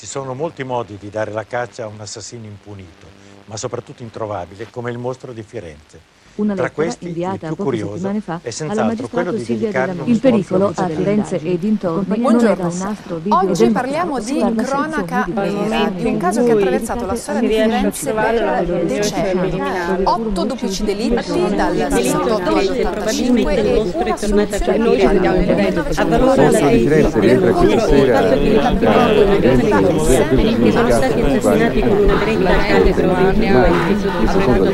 Ci sono molti modi di dare la caccia a un assassino impunito, ma soprattutto introvabile, come il mostro di Firenze. Una Tra lettera questi, il inviata più poche curioso settimane fa è alla senz'altro quello magistrato di Silvia Della dedicarne Mora. uno Il pericolo sforzo a Firenze e dintorni Buongiorno. non era un nastro video Oggi del parliamo mercato, di si parla cronaca senza di un caso che ha attraversato la storia di Firenze per decenni. 8 duplici delitti dal 68 all'85 e una soluzione nel 1996, per cui la prerogativa è sempre sono stati assassinati con una gretta a Cagliari e sottoscritto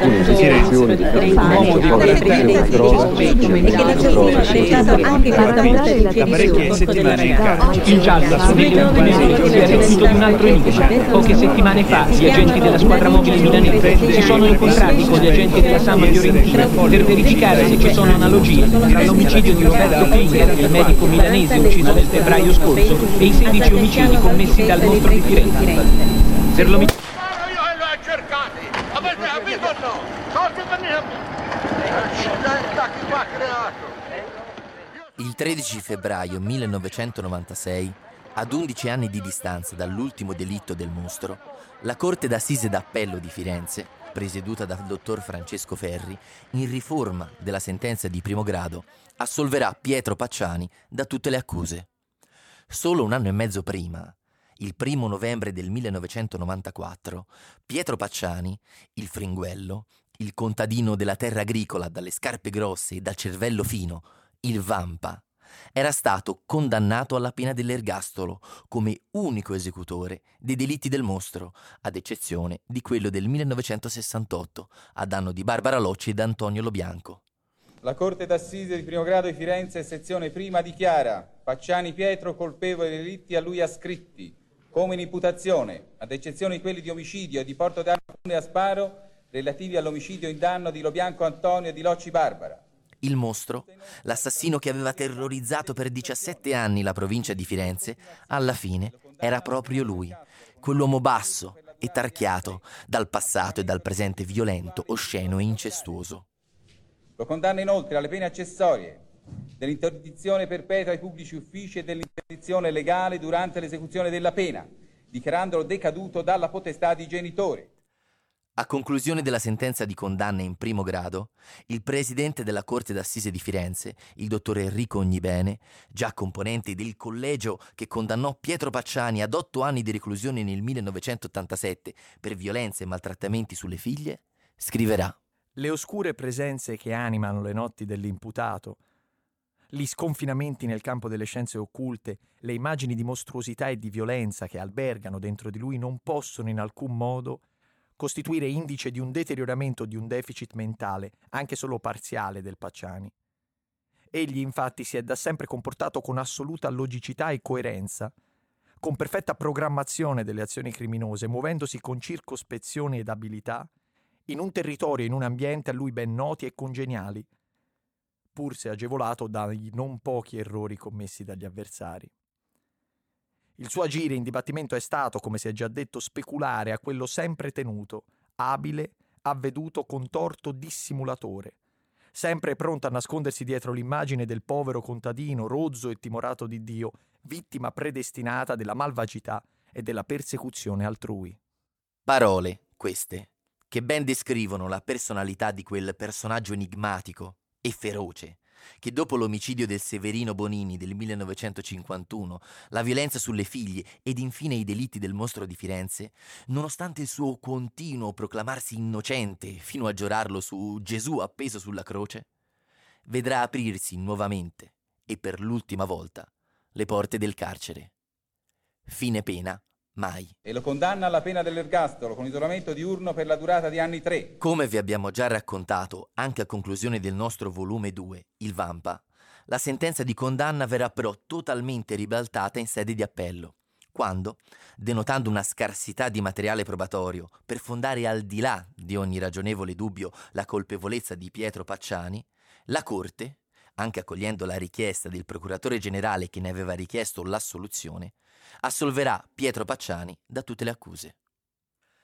e che l'assassino ha tentato anche questa volta di ferire il corpo della ragazza. Il giallo a Sorrento si è arricchito di un altro indice. Poche settimane fa gli agenti della squadra mobile milanese si sono incontrati con gli agenti della Samma Fiorentina per verificare se ci sono analogie tra l'omicidio di Roberto Klinger, il medico milanese ucciso nel febbraio scorso, e i 16 omicidi commessi dal mostro di Firenze. Per l'omicidio il 13 febbraio 1996, ad 11 anni di distanza dall'ultimo delitto del mostro, la Corte d'Assise d'Appello di Firenze, presieduta dal dottor Francesco Ferri, in riforma della sentenza di primo grado, assolverà Pietro Pacciani da tutte le accuse. Solo un anno e mezzo prima, il 1° novembre del 1994, Pietro Pacciani, il fringuello, il contadino della terra agricola dalle scarpe grosse e dal cervello fino, il Vampa, era stato condannato alla pena dell'ergastolo come unico esecutore dei delitti del mostro, ad eccezione di quello del 1968, a danno di Barbara Locci ed Antonio Lobianco. La Corte d'Assise di primo grado di Firenze, sezione prima, dichiara Pacciani Pietro colpevole dei delitti a lui ascritti, come in imputazione, ad eccezione di quelli di omicidio e di porto d'arma comune a sparo, relativi all'omicidio in danno di Lobianco Antonio e di Locci Barbara. Il mostro, l'assassino che aveva terrorizzato per 17 anni la provincia di Firenze, alla fine era proprio lui, quell'uomo basso e tarchiato dal passato e dal presente violento, osceno e incestuoso. Lo condanna inoltre alle pene accessorie dell'interdizione perpetua ai pubblici uffici e dell'interdizione legale durante l'esecuzione della pena, dichiarandolo decaduto dalla potestà di genitore. A conclusione della sentenza di condanna in primo grado, il presidente della Corte d'Assise di Firenze, il dottor Enrico Ognibene, già componente del collegio che condannò Pietro Pacciani ad 8 anni di reclusione nel 1987 per violenze e maltrattamenti sulle figlie, scriverà: le oscure presenze che animano le notti dell'imputato, gli sconfinamenti nel campo delle scienze occulte, le immagini di mostruosità e di violenza che albergano dentro di lui non possono in alcun modo costituire indice di un deterioramento o di un deficit mentale, anche solo parziale, del Pacciani. Egli infatti si è da sempre comportato con assoluta logicità e coerenza, con perfetta programmazione delle azioni criminose, muovendosi con circospezione ed abilità in un territorio e in un ambiente a lui ben noti e congeniali, pur se agevolato dai non pochi errori commessi dagli avversari. Il suo agire in dibattimento è stato, come si è già detto, speculare a quello sempre tenuto, abile, avveduto, contorto, dissimulatore, sempre pronto a nascondersi dietro l'immagine del povero contadino, rozzo e timorato di Dio, vittima predestinata della malvagità e della persecuzione altrui. Parole, queste, che ben descrivono la personalità di quel personaggio enigmatico e feroce, che dopo l'omicidio del Severino Bonini del 1951, la violenza sulle figlie ed infine i delitti del mostro di Firenze, nonostante il suo continuo proclamarsi innocente fino a giurarlo su Gesù appeso sulla croce, vedrà aprirsi nuovamente e per l'ultima volta le porte del carcere. Fine pena mai. E lo condanna alla pena dell'ergastolo con isolamento diurno per la durata di anni 3. Come vi abbiamo già raccontato anche a conclusione del nostro volume 2, Il Vampa, la sentenza di condanna verrà però totalmente ribaltata in sede di appello, quando, denotando una scarsità di materiale probatorio per fondare al di là di ogni ragionevole dubbio la colpevolezza di Pietro Pacciani, la Corte, anche accogliendo la richiesta del procuratore generale che ne aveva richiesto l'assoluzione, assolverà Pietro Pacciani da tutte le accuse.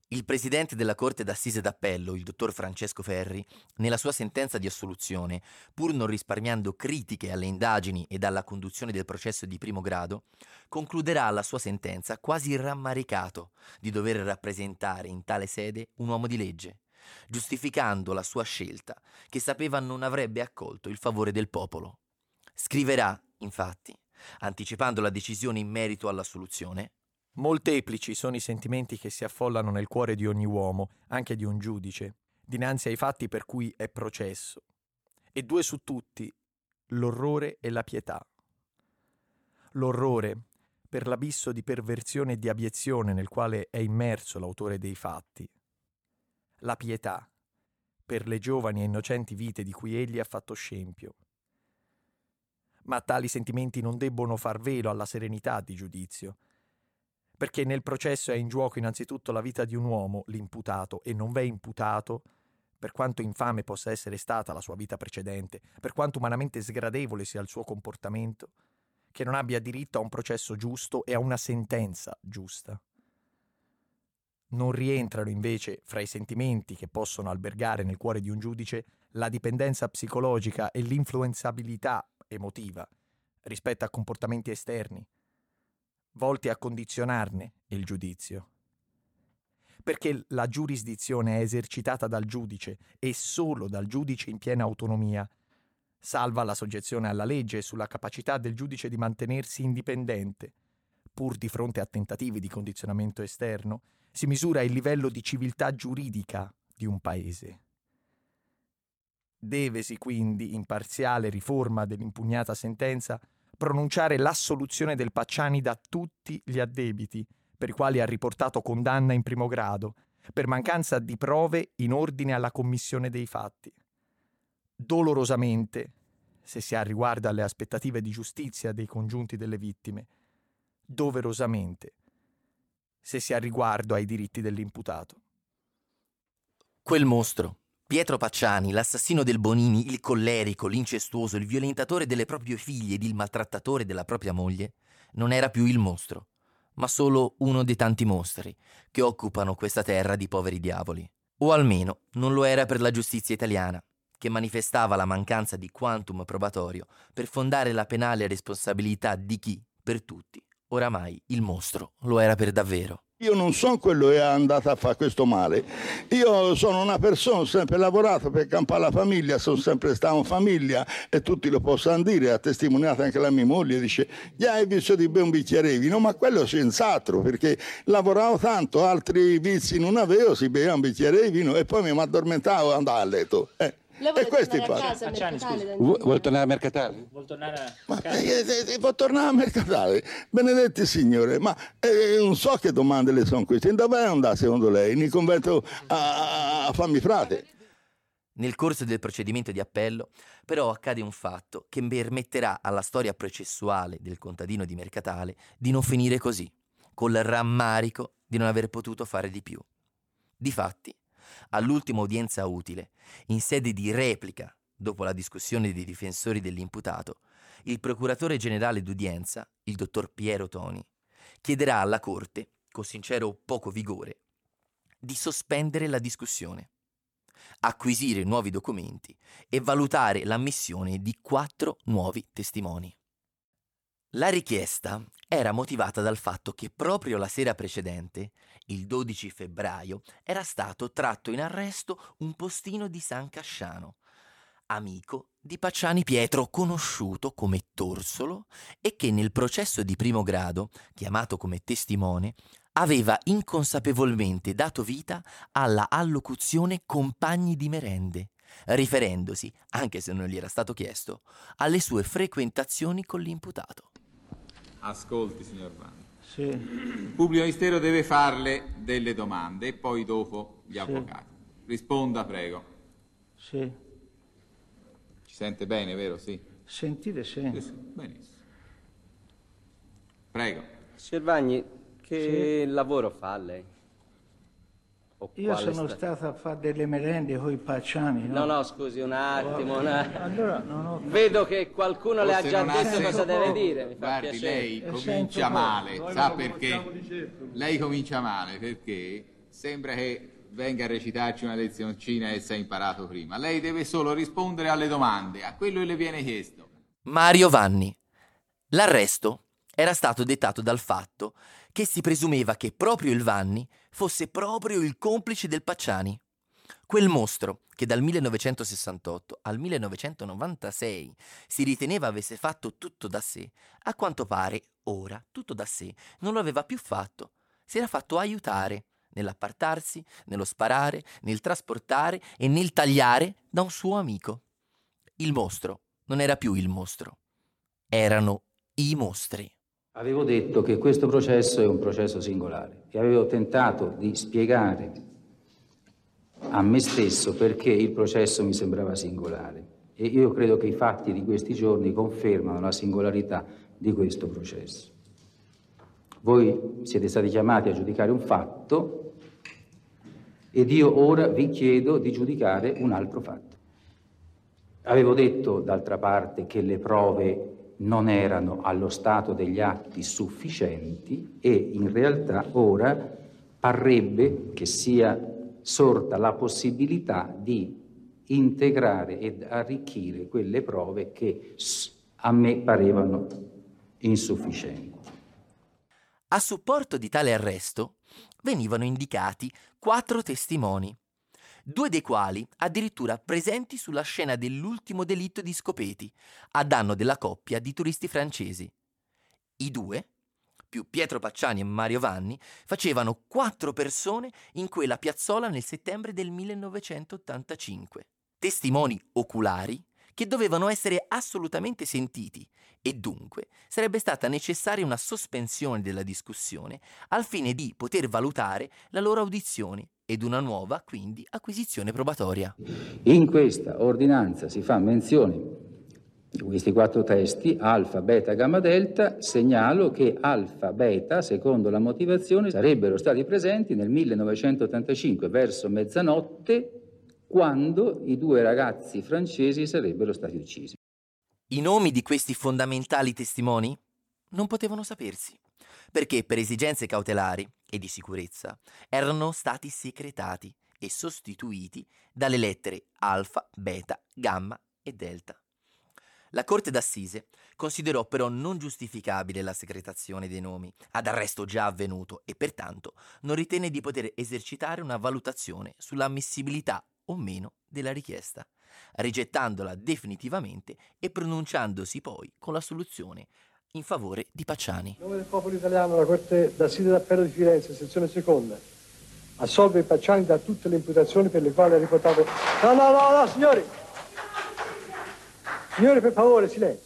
Il presidente della Corte d'Assise d'Appello, il dottor Francesco Ferri, nella sua sentenza di assoluzione, pur non risparmiando critiche alle indagini ed alla conduzione del processo di primo grado, concluderà la sua sentenza quasi rammaricato di dover rappresentare in tale sede un uomo di legge, giustificando la sua scelta, che sapeva non avrebbe accolto il favore del popolo. Scriverà, infatti, anticipando la decisione in merito all'assoluzione: molteplici sono i sentimenti che si affollano nel cuore di ogni uomo, anche di un giudice, dinanzi ai fatti per cui è processo, e due su tutti, l'orrore e la pietà. L'orrore per l'abisso di perversione e di abiezione nel quale è immerso l'autore dei fatti. La pietà per le giovani e innocenti vite di cui egli ha fatto scempio. Ma tali sentimenti non debbono far velo alla serenità di giudizio, perché nel processo è in gioco innanzitutto la vita di un uomo, l'imputato, e non v'è imputato, per quanto infame possa essere stata la sua vita precedente, per quanto umanamente sgradevole sia il suo comportamento, che non abbia diritto a un processo giusto e a una sentenza giusta. Non rientrano invece fra i sentimenti che possono albergare nel cuore di un giudice la dipendenza psicologica e l'influenzabilità emotiva rispetto a comportamenti esterni, volti a condizionarne il giudizio. Perché la giurisdizione è esercitata dal giudice e solo dal giudice in piena autonomia, salva la soggezione alla legge e sulla capacità del giudice di mantenersi indipendente, pur di fronte a tentativi di condizionamento esterno, si misura il livello di civiltà giuridica di un paese. Devesi quindi, in parziale riforma dell'impugnata sentenza, pronunciare l'assoluzione del Pacciani da tutti gli addebiti, per i quali ha riportato condanna in primo grado, per mancanza di prove in ordine alla commissione dei fatti. Dolorosamente, se si ha riguardo alle aspettative di giustizia dei congiunti delle vittime, doverosamente, se si ha riguardo ai diritti dell'imputato. Quel mostro, Pietro Pacciani, l'assassino del Bonini, il collerico, l'incestuoso, il violentatore delle proprie figlie ed il maltrattatore della propria moglie, non era più il mostro, ma solo uno dei tanti mostri che occupano questa terra di poveri diavoli. O almeno non lo era per la giustizia italiana, che manifestava la mancanza di quantum probatorio per fondare la penale responsabilità di chi, per tutti, oramai il mostro lo era per davvero. Io non sono quello che è andato a fare questo male. Io sono una persona, ho sempre lavorato per campare la famiglia, sono sempre stato in famiglia e tutti lo possono dire, ha testimoniato anche la mia moglie, dice: "Ya hai visto di bere un bicchiere di vino", ma quello senz'altro, perché lavoravo tanto, altri vizi non avevo, si beveva un bicchiere di vino e poi mi addormentavo e andavo a letto. Lei E questo tornare a fatto. casa a Mercatale? Vuol tornare a Mercatale? Vuol tornare a Ma casa? può tornare a Mercatale, benedetti signore, ma non so che domande le sono queste. Dove andare secondo lei? In convento a farmi frate? Nel corso del procedimento di appello, però, accade un fatto che permetterà alla storia processuale del contadino di Mercatale di non finire così, col rammarico di non aver potuto fare di più. Difatti, all'ultima udienza utile, in sede di replica, dopo la discussione dei difensori dell'imputato, il procuratore generale d'udienza, il dottor Piero Toni, chiederà alla Corte, con sincero poco vigore, di sospendere la discussione, acquisire nuovi documenti e valutare l'ammissione di 4 nuovi testimoni. La richiesta era motivata dal fatto che proprio la sera precedente, il 12 febbraio, era stato tratto in arresto un postino di San Casciano, amico di Pacciani Pietro, conosciuto come Torsolo, e che nel processo di primo grado, chiamato come testimone, aveva inconsapevolmente dato vita alla allocuzione compagni di merende, riferendosi, anche se non gli era stato chiesto, alle sue frequentazioni con l'imputato. Ascolti, signor Vanni. Sì. Il pubblico ministero deve farle delle domande e poi dopo gli avvocati. Risponda, prego. Sì. Ci sente bene, vero? Sì. Sentite, sì. Sì, benissimo. Prego. Signor Vagni, che lavoro fa lei? Io sono stato a fare delle merende con i Pacciani. No, scusi un attimo. Allora, non ho... Vedo che qualcuno le ha già detto cosa deve dire. Mi fa Guardi, piacere. lei comincia male. Sa perché? Lei comincia male perché Sembra che venga a recitarci una lezioncina e si è imparato prima. Lei deve solo rispondere alle domande, a quello che le viene chiesto. Mario Vanni. L'arresto era stato dettato dal fatto che si presumeva che proprio il Vanni fosse proprio il complice del Pacciani. Quel mostro che dal 1968 al 1996 si riteneva avesse fatto tutto da sé, a quanto pare ora tutto da sé non lo aveva più fatto. Si era fatto aiutare nell'appartarsi, nello sparare, nel trasportare e nel tagliare da un suo amico. Il mostro non era più il mostro, erano i mostri. Avevo detto che questo processo è un processo singolare e avevo tentato di spiegare a me stesso perché il processo mi sembrava singolare. E io credo che i fatti di questi giorni confermano la singolarità di questo processo. Voi siete stati chiamati a giudicare un fatto ed io ora vi chiedo di giudicare un altro fatto. Avevo detto, d'altra parte, che le prove non erano allo stato degli atti sufficienti e in realtà ora parrebbe che sia sorta la possibilità di integrare ed arricchire quelle prove che a me parevano insufficienti. A supporto di tale arresto venivano indicati 4 testimoni, 2 dei quali addirittura presenti sulla scena dell'ultimo delitto di Scopeti, a danno della coppia di turisti francesi. I 2, più Pietro Pacciani e Mario Vanni, facevano 4 persone in quella piazzola nel settembre del 1985. Testimoni oculari che dovevano essere assolutamente sentiti e dunque sarebbe stata necessaria una sospensione della discussione al fine di poter valutare la loro audizione ed una nuova, quindi, acquisizione probatoria. In questa ordinanza si fa menzione di questi 4 testi, alfa, beta, gamma, delta. Segnalo che alfa, beta, secondo la motivazione, sarebbero stati presenti nel 1985 verso mezzanotte, quando i 2 ragazzi francesi sarebbero stati uccisi. I nomi di questi fondamentali testimoni non potevano sapersi, perché per esigenze cautelari e di sicurezza erano stati secretati e sostituiti dalle lettere alfa, beta, gamma e delta. La Corte d'Assise considerò però non giustificabile la secretazione dei nomi ad arresto già avvenuto e pertanto non ritenne di poter esercitare una valutazione sull'ammissibilità o meno della richiesta, rigettandola definitivamente e pronunciandosi poi con la soluzione in favore di Pacciani. In nome del popolo italiano, la Corte d'Assise d'Appello di Firenze, sezione seconda, assolve Pacciani da tutte le imputazioni per le quali ha riportato... No, signori! Signori, per favore, silenzio.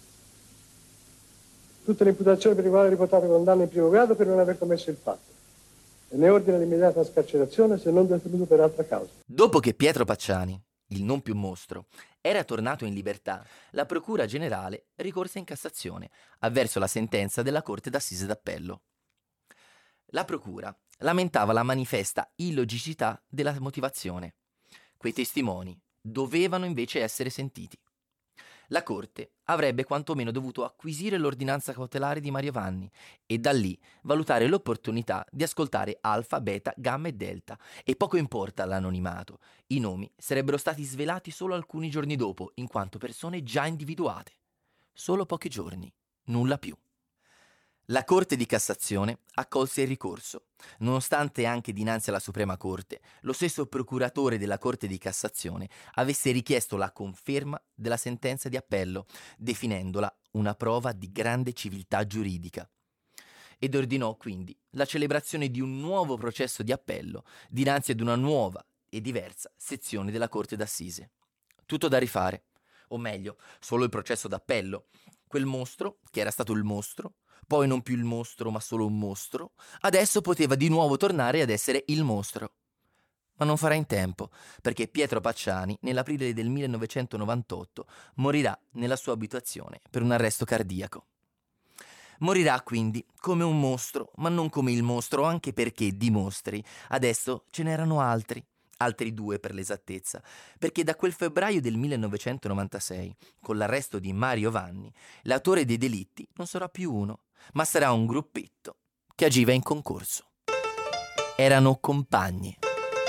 Tutte le imputazioni per le quali ha riportato condanna in primo grado per non aver commesso il fatto. E ne ordina l'immediata scarcerazione se non detenuto per altra causa. Dopo che Pietro Pacciani, il non più mostro, era tornato in libertà, la Procura Generale ricorse in Cassazione avverso la sentenza della Corte d'Assise d'Appello. La Procura lamentava la manifesta illogicità della motivazione. Quei testimoni dovevano invece essere sentiti. La Corte avrebbe quantomeno dovuto acquisire l'ordinanza cautelare di Mario Vanni e da lì valutare l'opportunità di ascoltare alfa, beta, gamma e delta, e poco importa l'anonimato, i nomi sarebbero stati svelati solo alcuni giorni dopo, in quanto persone già individuate. Solo pochi giorni, nulla più. La Corte di Cassazione accolse il ricorso, nonostante anche dinanzi alla Suprema Corte lo stesso procuratore della Corte di Cassazione avesse richiesto la conferma della sentenza di appello, definendola una prova di grande civiltà giuridica, ed ordinò quindi la celebrazione di un nuovo processo di appello dinanzi ad una nuova e diversa sezione della Corte d'Assise. Tutto da rifare, o meglio, solo il processo d'appello. Quel mostro, che era stato il mostro, poi non più il mostro ma solo un mostro, adesso poteva di nuovo tornare ad essere il mostro. Ma non farà in tempo, perché Pietro Pacciani, nell'aprile del 1998, morirà nella sua abitazione per un arresto cardiaco. Morirà quindi come un mostro, ma non come il mostro, anche perché di mostri adesso ce n'erano altri 2 per l'esattezza, perché da quel febbraio del 1996, con l'arresto di Mario Vanni, l'autore dei delitti non sarà più uno, ma sarà un gruppetto che agiva in concorso. Erano compagni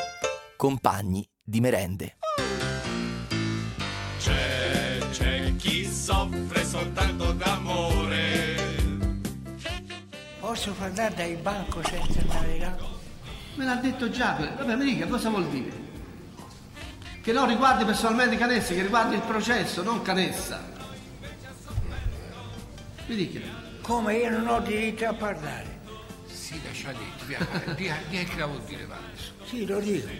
di merende. C'è chi soffre soltanto d'amore. Posso parlare dai banco senza andare là? Me l'ha detto già, vabbè, mi dica cosa vuol dire? Che non riguardi personalmente Canessa, che riguardi il processo, non Canessa. Mi dica. Come io non ho diritto a parlare? Sì, lascia detto, di che la vuol dire, Vannes? Sì, lo dico.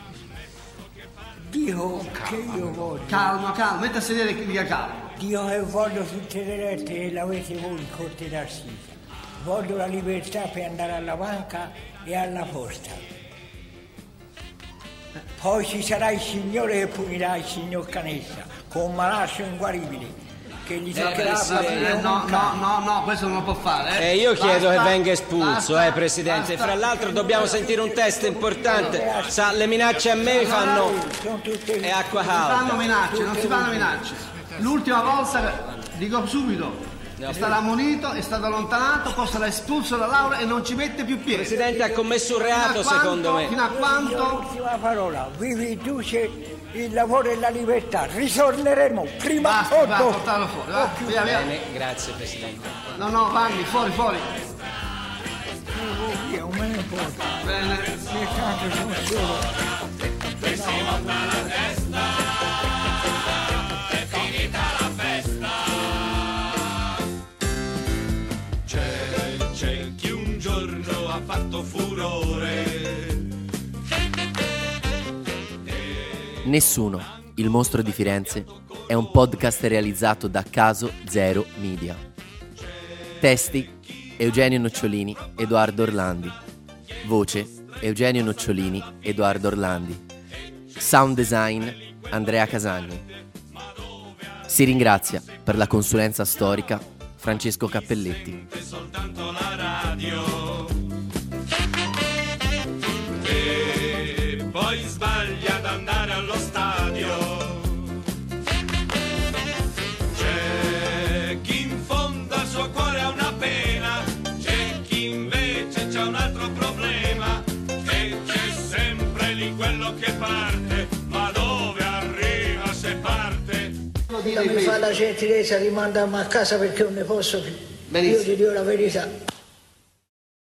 Dico che io voglio. Calma, metta a sedere e dica calma. Dico che voglio tutte le rette che l'avete voi in corte d'assise. Voglio la libertà per andare alla banca e alla posta. Poi ci sarà il Signore che punirà il signor Canessa con un malaccio inguaribile che gli toccherà no, questo non lo può fare. Io chiedo che venga espulso, Presidente. Fra l'altro dobbiamo sentire un test importante. Sa, le minacce a me mi fanno è acqua calda. Non si fanno minacce. L'ultima volta, dico subito, è stato ammonito, è stato allontanato, poi sarà espulso dall'aula e non ci mette più piede. Il Presidente ha commesso un reato, secondo me. Fino a quanto? L'ultima parola, vi riduce il lavoro e la libertà. Ritorneremo prima o dopo. Portarlo fuori, va. Via. Bene, grazie Presidente. No, Vanni, fuori. Via, un me ne importa. Bene. Che tanto sono solo. Si volta la testa, è finita la festa. C'è chi un giorno ha fatto furore. Nessuno, il mostro di Firenze, è un podcast realizzato da Caso Zero Media. Testi: Eugenio Nocciolini, Edoardo Orlandi. Voce: Eugenio Nocciolini, Edoardo Orlandi. Sound design: Andrea Casagni. Si ringrazia per la consulenza storica Francesco Cappelletti. Soltanto la radio. E poi sbaglia ad andare allo stadio. C'è chi in fondo al suo cuore ha una pena, c'è chi invece c'ha un altro problema, e c'è sempre lì quello che parte, ma dove arriva se parte? Mi fa la gentilezza di mandarmi a casa perché non ne posso più. Io ti dico la verità.